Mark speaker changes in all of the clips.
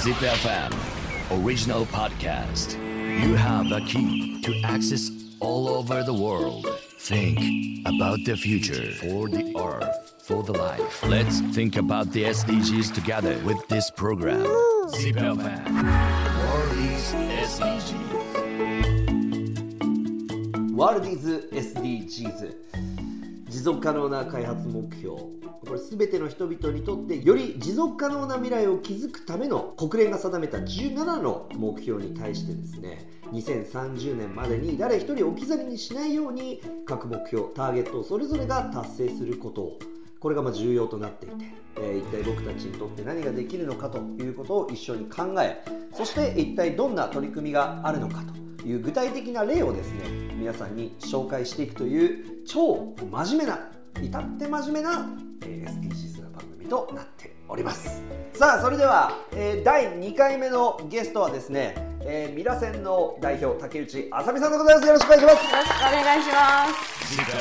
Speaker 1: Zip FM original podcast. You have a key to access all over the world. Think about the future for the earth, for the life. Let's think about the SDGs together with this program. Zip FM World is SDGs.
Speaker 2: ワールディーズ SDGs 持続可能な開発目標、これ全ての人々にとってより持続可能な未来を築くための国連が定めた17の目標に対してですね、2030年までに誰一人置き去りにしないように各目標ターゲットをそれぞれが達成することを、これが重要となっていて、一体僕たちにとって何ができるのかということを一緒に考え、そして一体どんな取り組みがあるのかという具体的な例をですね、皆さんに紹介していくという超真面目な、至って真面目な、SDGs な番組となっております。さあ、それでは、第2回目のゲストはですね、ミラセンの代表竹内あさみさんでございます。よろしくお願いします。
Speaker 3: よろしくお願いします。
Speaker 1: Zip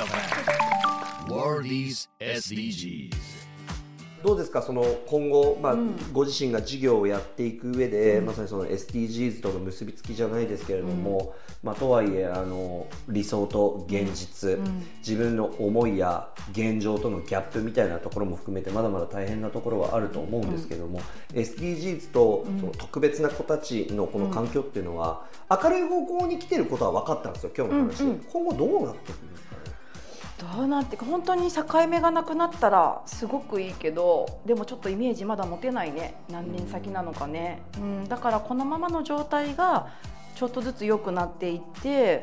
Speaker 1: FM World is SDGs.
Speaker 2: どうですか、その今後、ご自身が事業をやっていく上で、まさにその SDGs との結びつきじゃないですけれども、とはいえ理想と現実、自分の思いや現状とのギャップみたいなところも含めてまだまだ大変なところはあると思うんですけども、SDGs とその特別な子たちのこの環境っていうのは、明るい方向に来てることは分かったんですよ、今日の話で。今後どうなっていくんですかね。
Speaker 3: どうなってか、本当に境目がなくなったらすごくいいけど、でもちょっとイメージまだ持てないね、何年先なのかね。だからこのままの状態がちょっとずつ良くなっていって、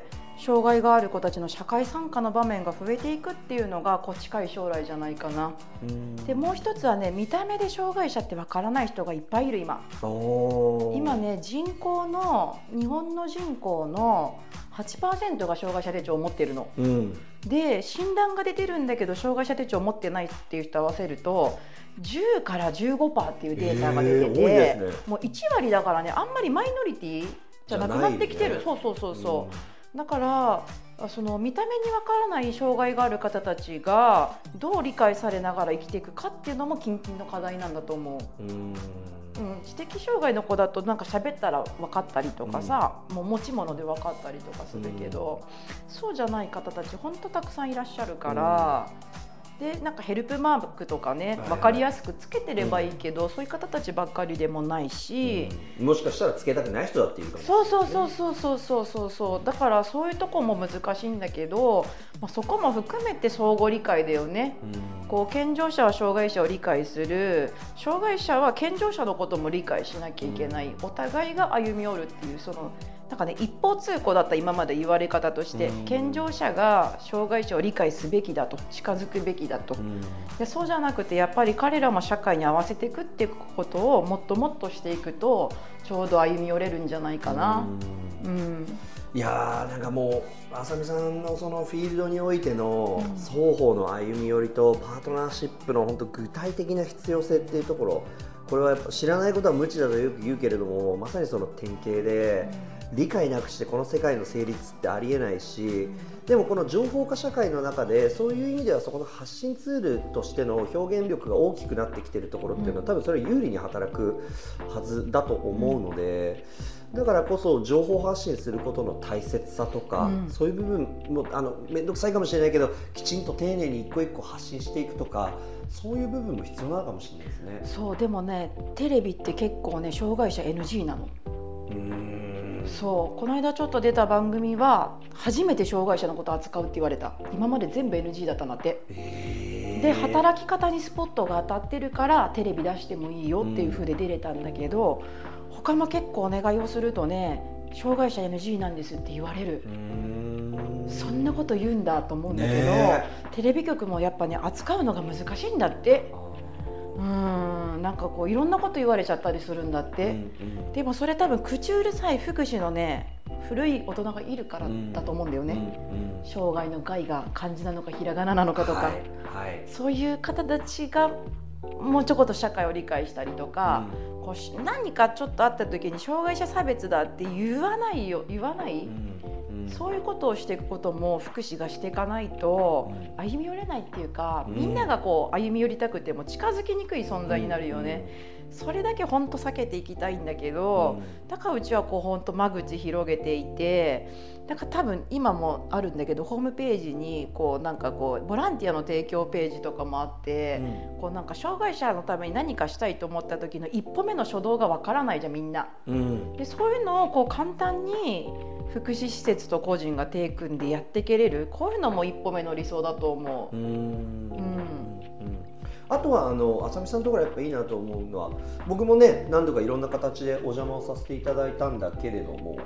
Speaker 3: 障害がある子たちの社会参加の場面が増えていくっていうのが近い将来じゃないかな。でもう一つはね、見た目で障害者ってわからない人がいっぱいいる今ね、日本の人口の 8% が障害者手帳を持ってるの、で診断が出てるんだけど障害者手帳を持ってないっていう人合わせると10から 15% っていうデータが出てて、
Speaker 2: 多いですね。
Speaker 3: もう1割だからね、あんまりマイノリティじゃなくなってきてる。だからその見た目にわからない障害がある方たちがどう理解されながら生きていくかっていうのも近々の課題なんだと思う。知的障害の子だとなんか喋ったら分かったりとかさ、もう持ち物で分かったりとかするけど、そうじゃない方たち本当たくさんいらっしゃるから、でなんかヘルプマークとかね、分かりやすくつけてればいいけど、そういう方たちばっかりでもないし、
Speaker 2: もしかしたらつけたくない人だっていうかもしれない。
Speaker 3: そうだからそういうとこも難しいんだけど、そこも含めて相互理解だよね。健常者は障害者を理解する、障害者は健常者のことも理解しなきゃいけない、お互いが歩み寄るっていう、そのなんかね、一方通行だった今まで言われ方として、健常者が障害者を理解すべきだと、近づくべきだと、でそうじゃなくてやっぱり彼らも社会に合わせていくっていうことをもっともっとしていくとちょうど歩み寄れるんじゃないかな。
Speaker 2: いやー、なんかもうあさみさんのそのフィールドにおいての双方の歩み寄りとパートナーシップの本当具体的な必要性っていうところ、これはやっぱ知らないことは無知だとよく言うけれども、まさにその典型で、理解なくしてこの世界の成立ってありえないし、でもこの情報化社会の中でそういう意味ではそこの発信ツールとしての表現力が大きくなってきているところっていうのは多分それは有利に働くはずだと思うので、だからこそ情報発信することの大切さとか、そういう部分も面倒くさいかもしれないけど、きちんと丁寧に一個一個発信していくとか、そういう部分も必要なのかもしれないですね。
Speaker 3: そう、でもね、テレビって結構ね、障害者 NG なの。そう、この間ちょっと出た番組は初めて障害者のことを扱うって言われた。今まで全部 NG だったんだって。で働き方にスポットが当たってるからテレビ出してもいいよっていう風で出れたんだけど、他も結構お願いをするとね、障害者 NG なんですって言われる。そんなこと言うんだと思うんだけど、テレビ局もやっぱね、扱うのが難しいんだって。なんかいろんなこと言われちゃったりするんだって。でもそれ多分口うるさい福祉のね、古い大人がいるからだと思うんだよね。障害の害が漢字なのかひらがななのかとか、そういう方たちがもうちょこっと社会を理解したりとか、何かちょっとあった時に障害者差別だって言わない、そういうことをしていくことも福祉がしていかないと歩み寄れないっていうか、みんなが歩み寄りたくても近づきにくい存在になるよね。 それだけ本当避けていきたいんだけど、だからうちはこう本当間口広げていて、だから多分今もあるんだけど、ホームページにこうなんかこうボランティアの提供ページとかもあって、こうなんか障害者のために何かしたいと思った時の一歩目の初動がわからないじゃんみんな。でそういうのをこう簡単に福祉施設と個人が手組んでやっていけれる、こういうのも一歩目の理想だと思う。
Speaker 2: あとはあさみさんのところやっぱいいなと思うのは、僕もね何度かいろんな形でお邪魔をさせていただいたんだけれども、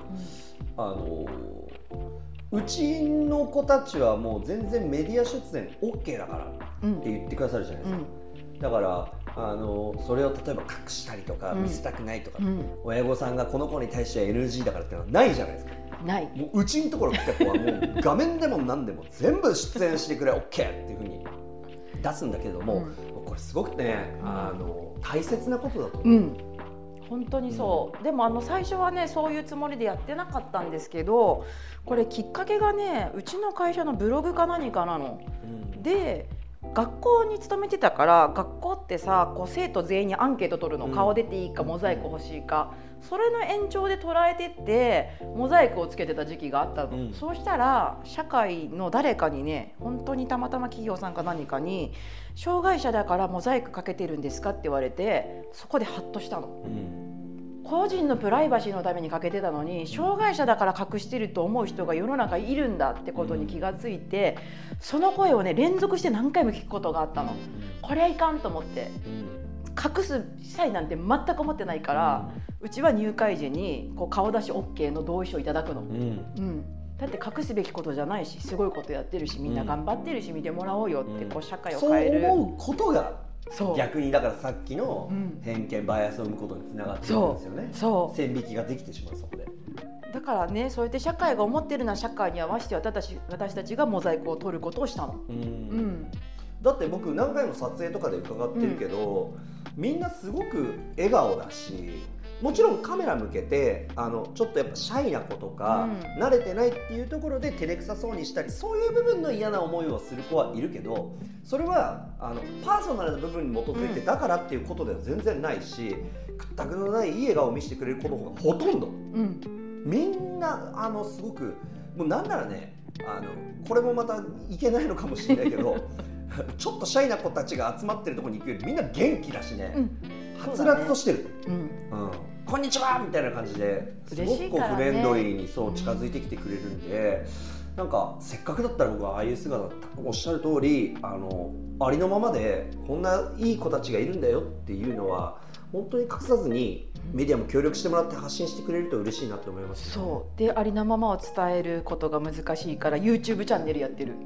Speaker 2: うちの子たちはもう全然メディア出演 OK だからって言ってくださるじゃないですか。だからそれを例えば隠したりとか見せたくないとか、親御さんがこの子に対しては NG だからっていうのはないじゃないですか。
Speaker 3: ない。
Speaker 2: もううちのところ来た子はもう画面でも何でも全部出演してくれ OK っていう風に出すんだけれども、これすごくね大切なことだと思う。
Speaker 3: 本当にそう、でも最初はねそういうつもりでやってなかったんですけど、これきっかけがねうちの会社のブログか何かなの、で学校に勤めてたから、学校ってさこう生徒全員にアンケート取るの、顔出ていいかモザイク欲しいか、それの延長で捉えてってモザイクをつけてた時期があったの。そうしたら社会の誰かにね、本当にたまたま企業さんか何かに障害者だからモザイクかけてるんですかって言われて、そこでハッとしたの。個人のプライバシーのためにかけてたのに、障害者だから隠してると思う人が世の中いるんだってことに気がついて、その声をね連続して何回も聞くことがあったの。これはいかんと思って、隠すしたいなんて全く思ってないから、うちは入会時にこう顔出し OK の同意書をいただくの。だって隠すべきことじゃないし、すごいことやってるし、みんな頑張ってるし、見てもらおうよってこう社会を変える、
Speaker 2: そう思うことが逆にだからさっきの偏見バイアスを生むことにつながってるんですよね。線引きができてしまう。そこで
Speaker 3: だからね、そうやって社会が思ってるのは社会に合わせて私たちがモザイクを取ることをしたの。
Speaker 2: だって僕何回も撮影とかで伺ってるけど、みんなすごく笑顔だし、もちろんカメラ向けてちょっとやっぱシャイな子とか、慣れてないっていうところで照れくさそうにしたり、そういう部分の嫌な思いをする子はいるけど、それはパーソナルな部分に基づいてだからっていうことでは全然ないし、屈託のないいい笑顔を見せてくれる子の方がほとんど、みんなすごくもうなんならねこれもまたいけないのかもしれないけどちょっとシャイな子たちが集まってるところに行くよりみんな元気だしね、はつらつとしてる。こんにちはみたいな感じですごくこうフレンドリーにそう近づいてきてくれるんで、なんかせっかくだったら僕はああいう姿だった。おっしゃる通りありのままでこんないい子たちがいるんだよっていうのは本当に隠さずにメディアも協力してもらって発信してくれると嬉しいなと思います、ね。
Speaker 3: そうで、ありのままを伝えることが難しいから YouTube チャンネルやってる。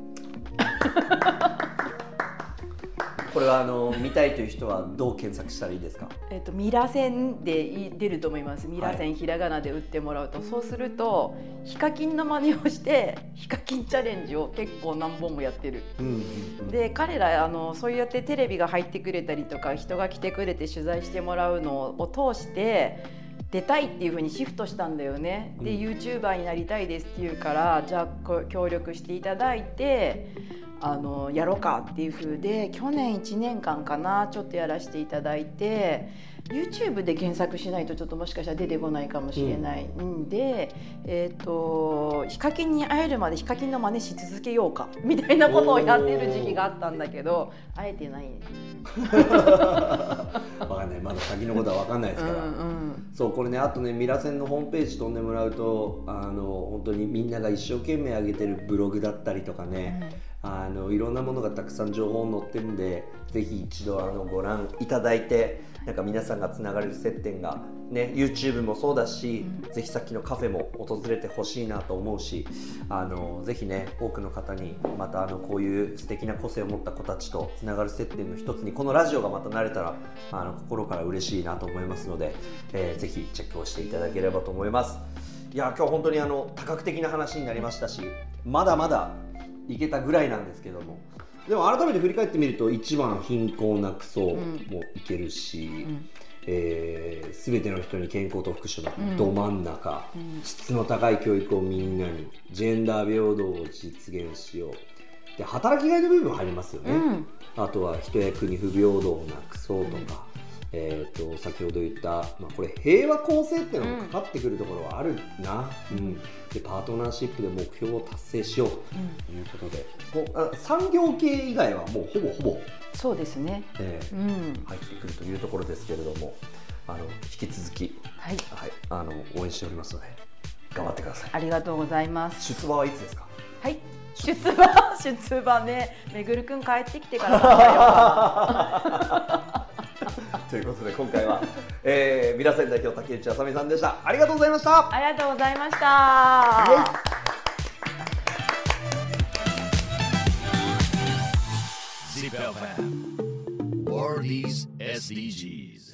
Speaker 2: これは見たいという人はどう検索したらいいですか？
Speaker 3: ミラセンで出ると思います。ミラセン、ひらがなで打ってもらうと、そうするとヒカキンの真似をしてヒカキンチャレンジを結構何本もやってる。で彼らそうやってテレビが入ってくれたりとか、人が来てくれて取材してもらうのを通して出たいっていう風にシフトしたんだよね。で YouTuber になりたいですって言うから、じゃあ協力していただいてやろうかっていう風で、去年1年間かなちょっとやらせていただいて、 YouTube で検索しないとちょっともしかしたら出てこないかもしれないんで、ヒカキンに会えるまでヒカキンの真似し続けようかみたいなことをやってる時期があったんだけど、会えてないね。
Speaker 2: 分かんない、まだ先のことは分かんないですから。そうこれね、あとねミラセンのホームページ飛んでもらうと本当にみんなが一生懸命上げてるブログだったりとかね、いろんなものがたくさん情報載ってるんで、ぜひ一度ご覧いただいて、なんか皆さんがつながれる接点がね、 YouTube もそうだし、ぜひさっきのカフェも訪れてほしいなと思うし、ぜひね多くの方にまたこういう素敵な個性を持った子たちとつながる接点の一つにこのラジオがまたなれたら心から嬉しいなと思いますので、ぜひチェックをしていただければと思います。いや今日本当に多角的な話になりましたし、まだまだいけたぐらいなんですけども、でも改めて振り返ってみると1番貧困なくそうもいけるし、全ての人に健康と福祉のど真ん中、質の高い教育をみんなに、ジェンダー平等を実現しようで、働きがいの部分入りますよね、あとは人や国不平等をなくそうとか、 先ほど言った、これ平和構成っていうのもかかってくるところはあるな、でパートナーシップで目標を達成しようということで、産業系以外はもうほぼ
Speaker 3: そうですね、
Speaker 2: 入ってくるというところですけれども、引き続き、応援しておりますので頑張ってください。
Speaker 3: ありがとうございます。
Speaker 2: 出馬はいつですか？
Speaker 3: はい、出馬ね、めぐるくん帰ってきてから考えようかな
Speaker 2: ということで今回は、ミラセン代表竹内あさみさんでした。ありがとうございました。
Speaker 3: ありがとうございました。
Speaker 1: ZIPFM World is SDGs